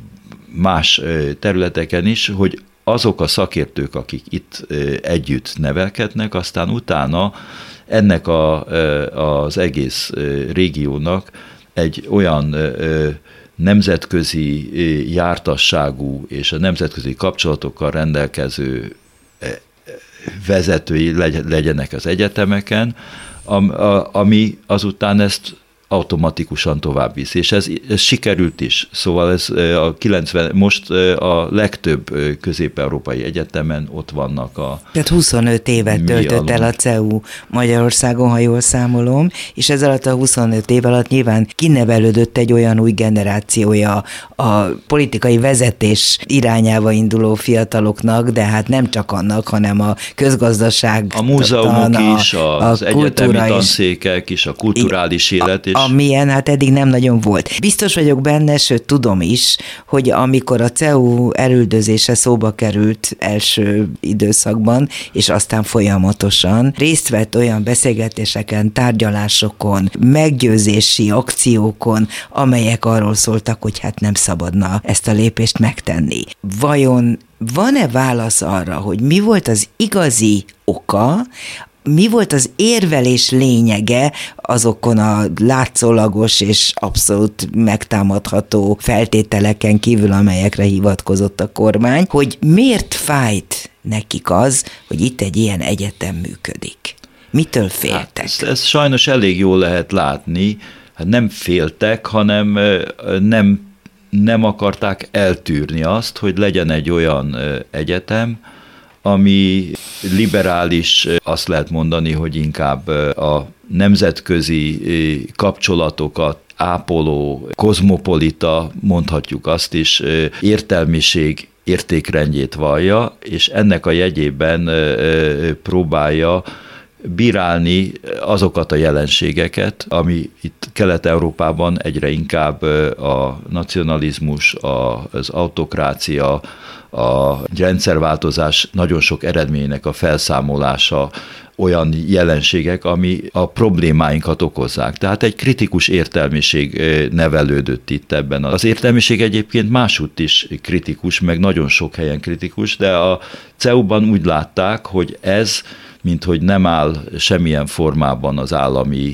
más területeken is, hogy azok a szakértők, akik itt együtt nevelkednek, aztán utána ennek a, az egész régiónak egy olyan nemzetközi jártasságú és a nemzetközi kapcsolatokkal rendelkező vezetői legyenek az egyetemeken, ami azután ezt automatikusan tovább visz, és ez, ez sikerült is. Szóval ez a kilencven, most a legtöbb közép-európai egyetemen ott vannak a... Tehát huszonöt évet töltött el a cé e u Magyarországon, ha jól számolom, és ez alatt a huszonöt év alatt nyilván kinevelődött egy olyan új generációja a politikai vezetés irányába induló fiataloknak, de hát nem csak annak, hanem a közgazdaság, a múzeumok a, is, az a egyetemi tanszékek is, a kulturális élet, és amilyen hát eddig nem nagyon volt. Biztos vagyok benne, sőt tudom is, hogy amikor a cé e u elüldözése szóba került első időszakban, és aztán folyamatosan részt vett olyan beszélgetéseken, tárgyalásokon, meggyőzési akciókon, amelyek arról szóltak, hogy hát nem szabadna ezt a lépést megtenni. Vajon van-e válasz arra, hogy mi volt az igazi oka, mi volt az érvelés lényege azokon a látszólagos és abszolút megtámadható feltételeken kívül, amelyekre hivatkozott a kormány, hogy miért fájt nekik az, hogy itt egy ilyen egyetem működik? Mitől féltek? Hát ezt, ezt sajnos elég jól lehet látni. Hát nem féltek, hanem nem, nem akarták eltűrni azt, hogy legyen egy olyan egyetem, ami liberális, azt lehet mondani, hogy inkább a nemzetközi kapcsolatokat ápoló, kozmopolita, mondhatjuk azt is, értelmiség értékrendjét vallja, és ennek a jegyében próbálja bírálni azokat a jelenségeket, ami itt Kelet-Európában egyre inkább a nacionalizmus, az autokrácia, a rendszerváltozás nagyon sok eredménynek a felszámolása, olyan jelenségek, ami a problémáinkat okozzák. Tehát egy kritikus értelmiség nevelődött itt ebben. Az értelmiség egyébként másutt is kritikus, meg nagyon sok helyen kritikus, de a cé e u-ban úgy látták, hogy ez, mint hogy nem áll semmilyen formában az állami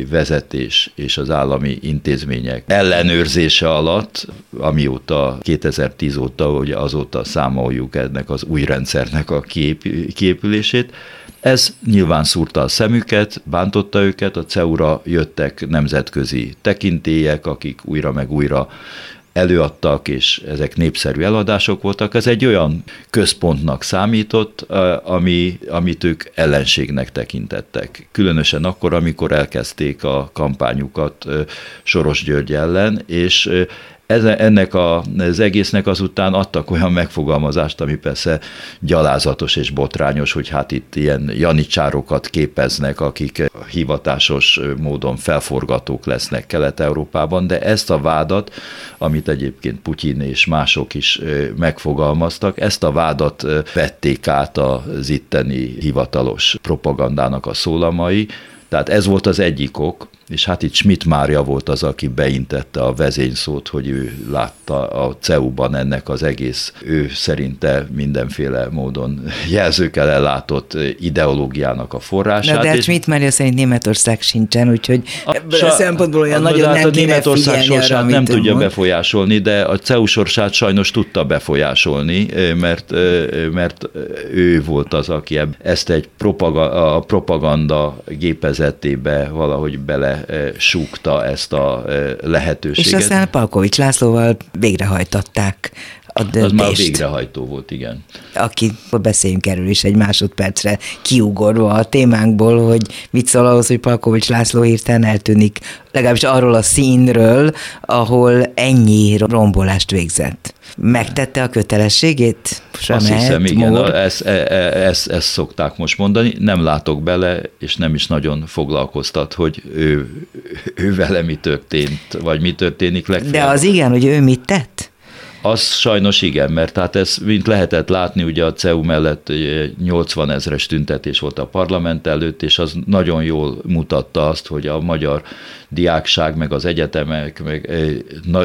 vezetés és az állami intézmények ellenőrzése alatt, amióta kétezer-tíz óta, hogy azóta számoljuk ennek az új rendszernek a kiép- kiépülését. Ez nyilván szúrta a szemüket, bántotta őket, a cé e u-ra jöttek nemzetközi tekintélyek, akik újra meg újra előadtak, és ezek népszerű eladások voltak. Ez egy olyan központnak számított, ami, amit ők ellenségnek tekintettek. Különösen akkor, amikor elkezdték a kampányukat Soros György ellen, és ennek a, az egésznek azután adtak olyan megfogalmazást, ami persze gyalázatos és botrányos, hogy hát itt ilyen janicsárokat képeznek, akik hivatásos módon felforgatók lesznek Kelet-Európában, de ezt a vádat, amit egyébként Putyin és mások is megfogalmaztak, ezt a vádat vették át az itteni hivatalos propagandának a szólamai. Tehát ez volt az egyik ok, és hát itt Schmidt Mária volt az, aki beintette a vezényszót, hogy ő látta a cé e u-ban ennek az egész, ő szerinte mindenféle módon jelzőkkel ellátott ideológiának a forrását. Na, de hát Schmidt Mária szerint Németország sincsen, úgyhogy ebből a, a szempontból olyan a, nagyon nem hát kéne Németország sorsát arra, nem tudja mond. befolyásolni, de a cé e u sorsát sajnos tudta befolyásolni, mert, mert ő volt az, aki ezt egy propaganda, a propaganda gépezetébe valahogy bele súgta ezt a lehetőséget. És aztán Palkovics Lászlóval végrehajtották a döntést. Az már végrehajtó volt, igen. Aki, beszéljünk erről is egy másodpercre, kiugorva a témánkból, hogy mit szól ahhoz, hogy Palkovics László hirtelen eltűnik, legalábbis arról a színről, ahol ennyi rombolást végzett. Megtette a kötelességét? Sem Azt hiszem, igen, ezt, ezt, ezt szokták most mondani, nem látok bele, és nem is nagyon foglalkoztat, hogy ő, ő vele mi történt, vagy mi történik legfeljebb. De az igen, hogy ő mit tett? Az sajnos igen, mert hát ez, mint lehetett látni, ugye a cé e u mellett nyolcvan ezres tüntetés volt a parlament előtt, és az nagyon jól mutatta azt, hogy a magyar diákság, meg az egyetemek meg, na,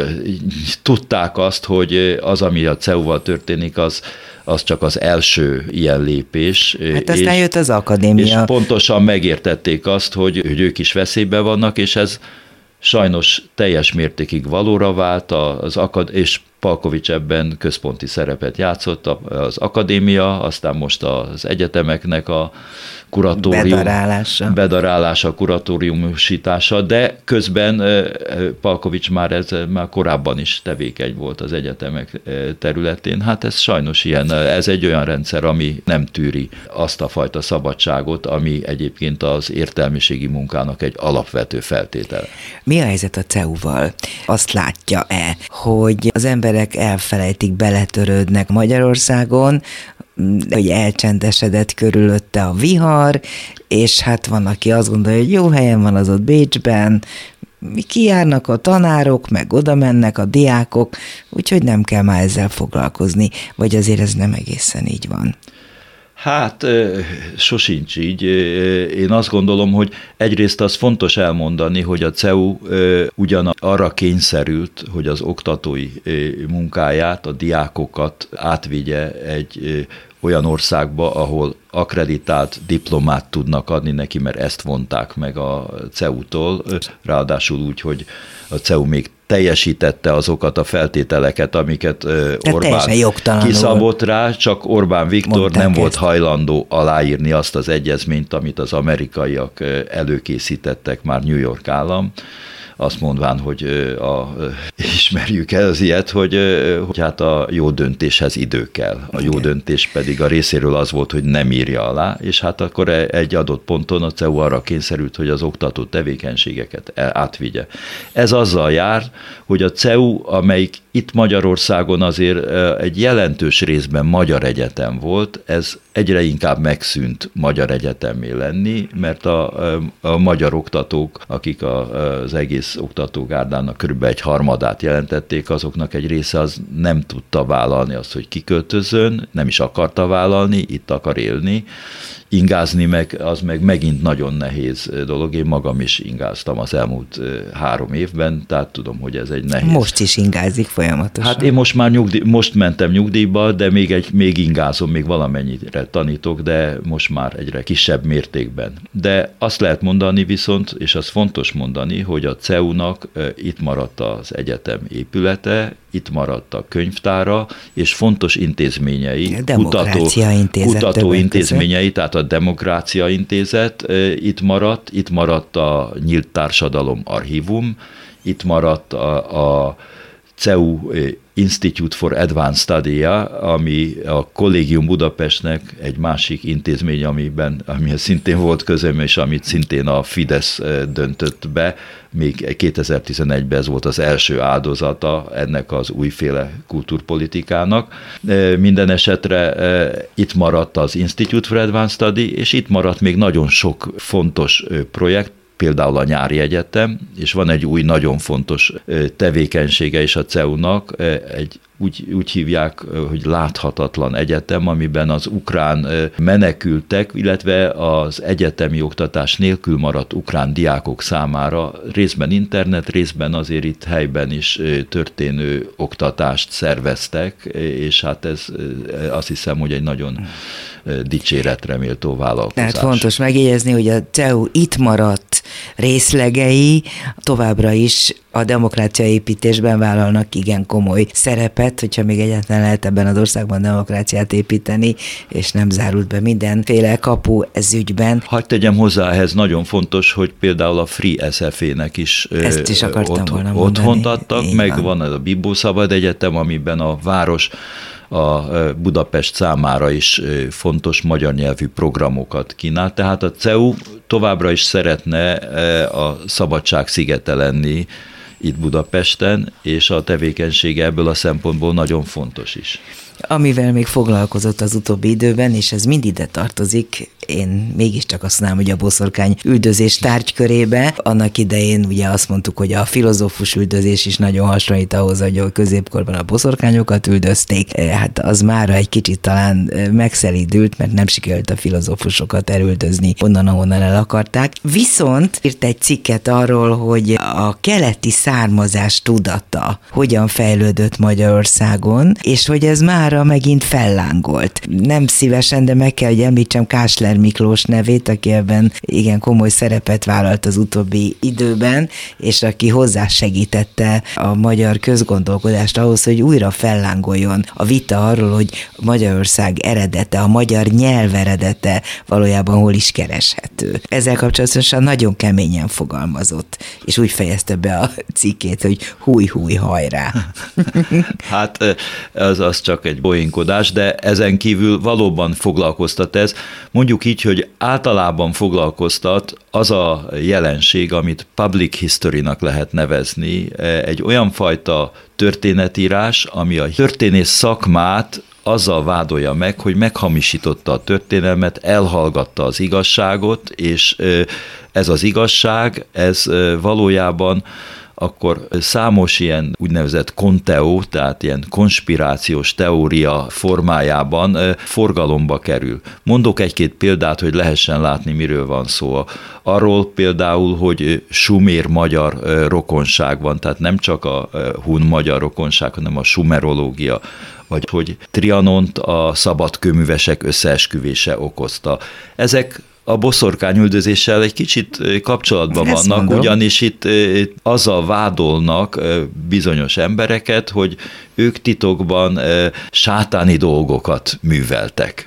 tudták azt, hogy az, ami a cé e u-val történik, az, az csak az első ilyen lépés. Hát aztán és, jött az akadémia. És pontosan megértették azt, hogy, hogy ők is veszélyben vannak, és ez sajnos teljes mértékig valóra vált, az akad, és Palkovics ebben központi szerepet játszott, az akadémia, aztán most az egyetemeknek a kuratórium, bedarálása, bedarálása kuratóriumosítása, de közben Palkovics már, ez, már korábban is tevékeny volt az egyetemek területén. Hát ez sajnos ilyen, ez egy olyan rendszer, ami nem tűri azt a fajta szabadságot, ami egyébként az értelmiségi munkának egy alapvető feltétele. Mi a helyzet a cé e u-val? Azt látja-e, hogy az emberek elfelejtik, beletörődnek Magyarországon, hogy elcsendesedett körülötte a vihar, és hát van, aki azt gondolja, hogy jó helyen van az ott Bécsben, kijárnak a tanárok, meg oda mennek a diákok, úgyhogy nem kell már ezzel foglalkozni, vagy azért ez nem egészen így van. Hát sosincs így. Én azt gondolom, hogy egyrészt az fontos elmondani, hogy a cé e u ugyan arra kényszerült, hogy az oktatói munkáját, a diákokat átvigye egy olyan országba, ahol akkreditált diplomát tudnak adni neki, mert ezt vonták meg a cé e u-tól, ráadásul úgy, hogy a cé e u még teljesítette azokat a feltételeket, amiket de Orbán kiszabott rá, csak Orbán Viktor nem ezt. volt hajlandó aláírni azt az egyezményt, amit az amerikaiak előkészítettek már New York állam, azt mondván, hogy a, ismerjük el az ilyet, hogy, hogy hát a jó döntéshez idő kell. A jó döntés pedig a részéről az volt, hogy nem írja alá, és hát akkor egy adott ponton a cé e u arra kényszerült, hogy az oktató tevékenységeket átvigye. Ez azzal jár, hogy a cé e u, amelyik itt Magyarországon azért egy jelentős részben magyar egyetem volt, ez egyre inkább megszűnt magyar egyetemmé lenni, mert a, a magyar oktatók, akik a, az egész oktatógárdának körülbelül egy harmadát jelentették, azoknak egy része az nem tudta vállalni azt, hogy kiköltözön, nem is akarta vállalni, itt akar élni. Ingázni meg, az meg megint nagyon nehéz dolog. Én magam is ingáztam az elmúlt három évben, tehát tudom, hogy ez egy nehéz. Most is ingázik folyamatosan. Hát én most már nyugdíj, most mentem nyugdíjba, de még, egy, még ingázom, még valamennyire tanítok, de most már egyre kisebb mértékben. De azt lehet mondani viszont, és az fontos mondani, hogy a cé e u-nak itt maradt az egyetem épülete, itt maradt a könyvtára, és fontos intézményei, kutató, kutató intézményei, tehát a Demokrácia Intézet itt maradt, itt maradt a Nyílt Társadalom Archívum, itt maradt a, a cé e u Institute for Advanced Study-ja, ami a Kollégium Budapestnek egy másik intézmény, amiben, amihez szintén volt közöm, és amit szintén a Fidesz döntött be, még kétezer-tizenegyben ez volt az első áldozata ennek az újféle kultúrpolitikának. Minden esetre itt maradt az Institute for Advanced Study, és itt maradt még nagyon sok fontos projekt, például a Nyári Egyetem, és van egy új nagyon fontos tevékenysége is a cé e u-nak, egy úgy, úgy hívják, hogy láthatatlan egyetem, amiben az ukrán menekültek, illetve az egyetemi oktatás nélkül maradt ukrán diákok számára részben internet, részben azért itt helyben is történő oktatást szerveztek, és hát ez azt hiszem, hogy egy nagyon dicséretre méltó vállalkozás. Tehát fontos megjegyezni, hogy a cé e u itt maradt részlegei továbbra is a demokráciaépítésben vállalnak igen komoly szerepet, hogyha még egyáltalán lehet ebben az országban demokráciát építeni, és nem zárult be mindenféle kapu ez ügyben. Hadd tegyem hozzá, ehhez nagyon fontos, hogy például a Free es ef é-nek is, Ezt is akartam ott, volna otthont adtak, Így meg van. van ez a Bibó Szabad Egyetem, amiben a város a Budapest számára is fontos magyar nyelvű programokat kínál, tehát a cé e u továbbra is szeretne a szabadság szigete lenni itt Budapesten, és a tevékenysége ebből a szempontból nagyon fontos is. Amivel még foglalkozott az utóbbi időben, és ez mind ide tartozik, én mégiscsak azt mondom, hogy a boszorkány üldözés tárgykörébe. Annak idején ugye azt mondtuk, hogy a filozófus üldözés is nagyon hasonlít ahhoz, hogy a középkorban a boszorkányokat üldözték. Hát az mára egy kicsit talán megszelídült, mert nem sikerült a filozófusokat elüldözni onnan, ahonnan el akarták. Viszont írt egy cikket arról, hogy a keleti származás tudata hogyan fejlődött Magyarországon, és hogy ez mára megint fellángolt. Nem szívesen, de meg kell, hogy említsem Kásler Miklós nevét, aki ebben igen komoly szerepet vállalt az utóbbi időben, és aki hozzásegítette a magyar közgondolkodást ahhoz, hogy újra fellángoljon a vita arról, hogy Magyarország eredete, a magyar nyelv eredete valójában hol is kereshető. Ezzel kapcsolatosan nagyon keményen fogalmazott, és úgy fejezte be a cikkét, hogy húj-húj, hajrá. Hát az, az csak egy boénkodás, de ezen kívül valóban foglalkoztat ez. Mondjuk így, hogy általában foglalkoztat az a jelenség, amit public history-nak lehet nevezni, egy olyan fajta történetírás, ami a történész szakmát azzal vádolja meg, hogy meghamisította a történelmet, elhallgatta az igazságot, és ez az igazság, ez valójában akkor számos ilyen úgynevezett konteó, tehát ilyen konspirációs teória formájában forgalomba kerül. Mondok egy-két példát, hogy lehessen látni, miről van szó. Arról például, hogy sumér-magyar rokonság van, tehát nem csak a hun-magyar rokonság, hanem a sumerológia, vagy hogy Trianont a szabadkőművesek összeesküvése okozta. Ezek a boszorkányüldözéssel egy kicsit kapcsolatban Ezt vannak, mondom. Ugyanis itt azzal vádolnak bizonyos embereket, hogy ők titokban sátáni dolgokat műveltek.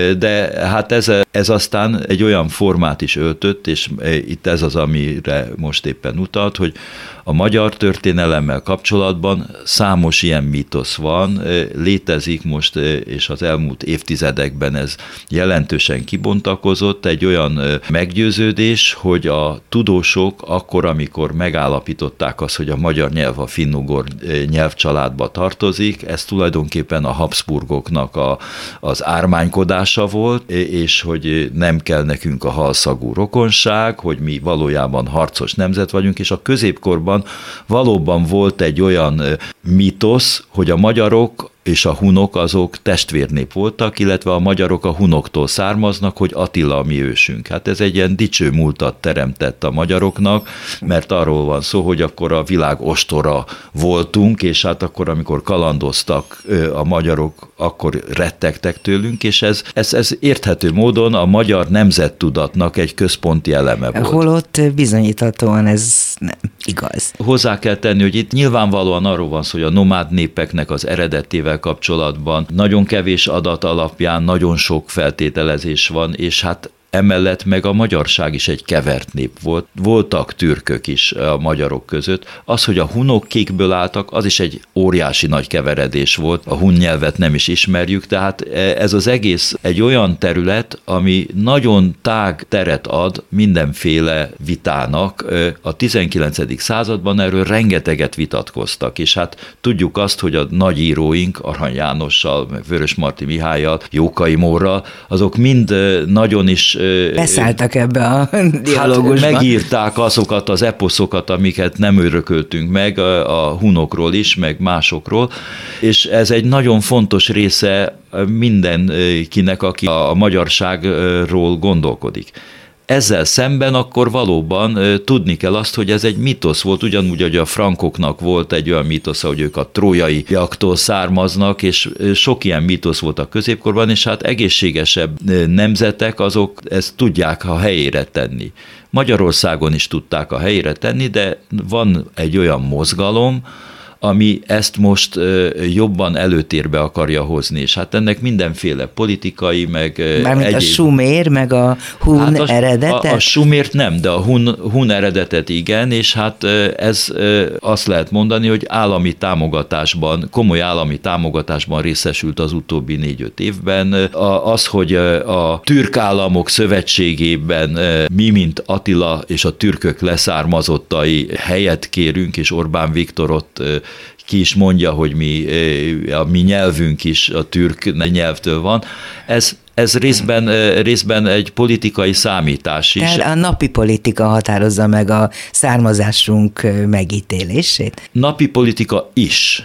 De hát ez, ez aztán egy olyan formát is öltött, és itt ez az, amire most éppen utalt, hogy a magyar történelemmel kapcsolatban számos ilyen mítosz van, létezik most, és az elmúlt évtizedekben ez jelentősen kibontakozott, egy olyan meggyőződés, hogy a tudósok akkor, amikor megállapították azt, hogy a magyar nyelv a finnugor nyelvcsaládba tartozik, ez tulajdonképpen a Habsburgoknak a, az ármánykodása volt, és hogy nem kell nekünk a halszagú rokonság, hogy mi valójában harcos nemzet vagyunk, és a középkorban valóban volt egy olyan mítosz, hogy a magyarok és a hunok azok testvérnép voltak, illetve a magyarok a hunoktól származnak, hogy Attila a mi ősünk. Hát ez egy ilyen dicső múltat teremtett a magyaroknak, mert arról van szó, hogy akkor a világ ostora voltunk, és hát akkor, amikor kalandoztak a magyarok, akkor rettegtek tőlünk, és ez, ez, ez érthető módon a magyar nemzettudatnak egy központi eleme volt. Holott bizonyíthatóan ez nem igaz. Hozzá kell tenni, hogy itt nyilvánvalóan arról van szó, hogy a nomád népeknek az eredetével kapcsolatban nagyon kevés adat alapján nagyon sok feltételezés van, és hát emellett meg a magyarság is egy kevert nép volt. Voltak türkök is a magyarok között. Az, hogy a hunok kikből álltak, az is egy óriási nagy keveredés volt. A hun nyelvet nem is ismerjük, tehát ez az egész egy olyan terület, ami nagyon tág teret ad mindenféle vitának. A tizenkilencedik században erről rengeteget vitatkoztak, és hát tudjuk azt, hogy a nagy íróink, Arany Jánossal, Vörösmarty Mihállyal, Jókai Mórral, azok mind nagyon is beszálltak ebbe a dialógusba. Hát megírták azokat az eposzokat, amiket nem örököltünk meg, a hunokról is, meg másokról, és ez egy nagyon fontos része mindenkinek, aki a magyarságról gondolkodik. Ezzel szemben akkor valóban tudni kell azt, hogy ez egy mítosz volt, ugyanúgy, hogy a frankoknak volt egy olyan mítosza, hogy ők a trójaiaktól származnak, és sok ilyen mítosz volt a középkorban, és hát egészségesebb nemzetek azok ezt tudják a helyére tenni. Magyarországon is tudták a helyére tenni, de van egy olyan mozgalom, ami ezt most jobban előtérbe akarja hozni, és hát ennek mindenféle politikai, meg Mármint egyéb... a sumér, meg a hun hát a, eredetet? A, a sumért nem, de a hun, hun eredetet igen, és hát ez azt lehet mondani, hogy állami támogatásban, komoly állami támogatásban részesült az utóbbi négy-öt évben. Az, hogy a türk államok szövetségében mi, mint Attila és a türkök leszármazottai helyet kérünk, és Orbán Viktor ott ki is mondja, hogy mi, a mi nyelvünk is a türk nyelvtől van. Ez, ez részben, részben egy politikai számítás is. Tehát a napi politika határozza meg a származásunk megítélését? Napi politika is.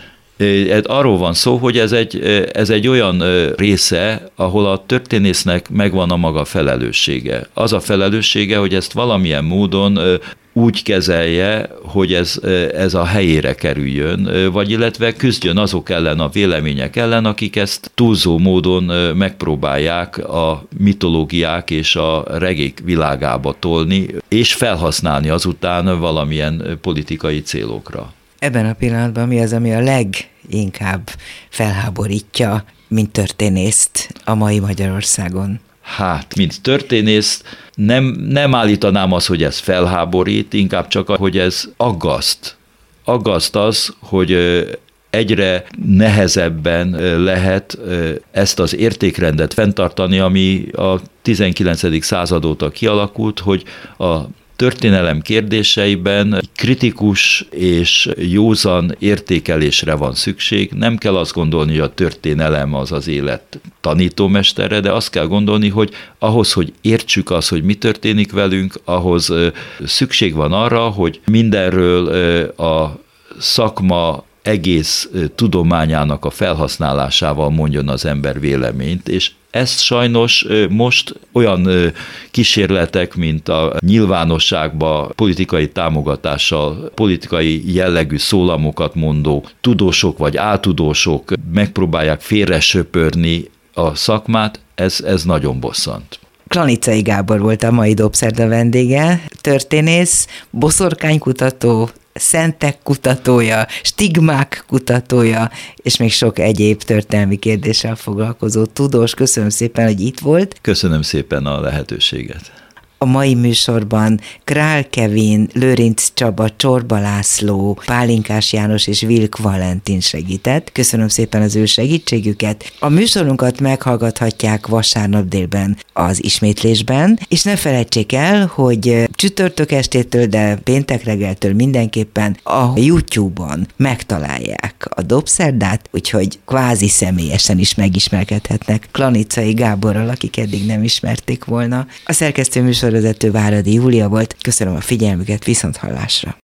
Arról van szó, hogy ez egy, ez egy olyan része, ahol a történésznek megvan a maga felelőssége. Az a felelőssége, hogy ezt valamilyen módon úgy kezelje, hogy ez, ez a helyére kerüljön, vagy illetve küzdjön azok ellen a vélemények ellen, akik ezt túlzó módon megpróbálják a mitológiák és a regék világába tolni, és felhasználni azután valamilyen politikai célokra. Ebben a pillanatban mi az, ami a leginkább felháborítja, mint történészt a mai Magyarországon? Hát, mint történész, nem, nem állítanám azt, hogy ez felháborít, inkább csak, hogy ez aggaszt. Aggaszt az, hogy egyre nehezebben lehet ezt az értékrendet fenntartani, ami a tizenkilencedik század óta kialakult, hogy a történelem kérdéseiben kritikus és józan értékelésre van szükség. Nem kell azt gondolni, hogy a történelem az az élet tanítómestere, de azt kell gondolni, hogy ahhoz, hogy értsük azt, hogy mi történik velünk, ahhoz szükség van arra, hogy mindenről a szakma egész tudományának a felhasználásával mondjon az ember véleményt, és ezt sajnos most olyan kísérletek, mint a nyilvánosságba politikai támogatással, politikai jellegű szólamokat mondó tudósok vagy áltudósok megpróbálják félresöpörni a szakmát, ez, ez nagyon bosszant. Klanicai Gábor volt a mai Dobszerda vendége, történész, boszorkánykutató, szentek kutatója, stigmák kutatója, és még sok egyéb történelmi kérdéssel foglalkozó tudós. Köszönöm szépen, hogy itt volt. Köszönöm szépen a lehetőséget. A mai műsorban Král Kevin, Lőrinc Csaba, Csorba László, Pálinkás János és Vilk Valentin segített. Köszönöm szépen az ő segítségüket. A műsorunkat meghallgathatják vasárnap délben az ismétlésben, és ne felejtsék el, hogy csütörtök estétől, de péntek reggeltől mindenképpen a YouTube-on megtalálják a Dobszerdát, úgyhogy kvázi személyesen is megismerkedhetnek Klanicai Gáborral, akik eddig nem ismerték volna. A szerkesztő műsorvezető Váradi Júlia volt. Köszönöm a figyelmüket, viszonthallásra!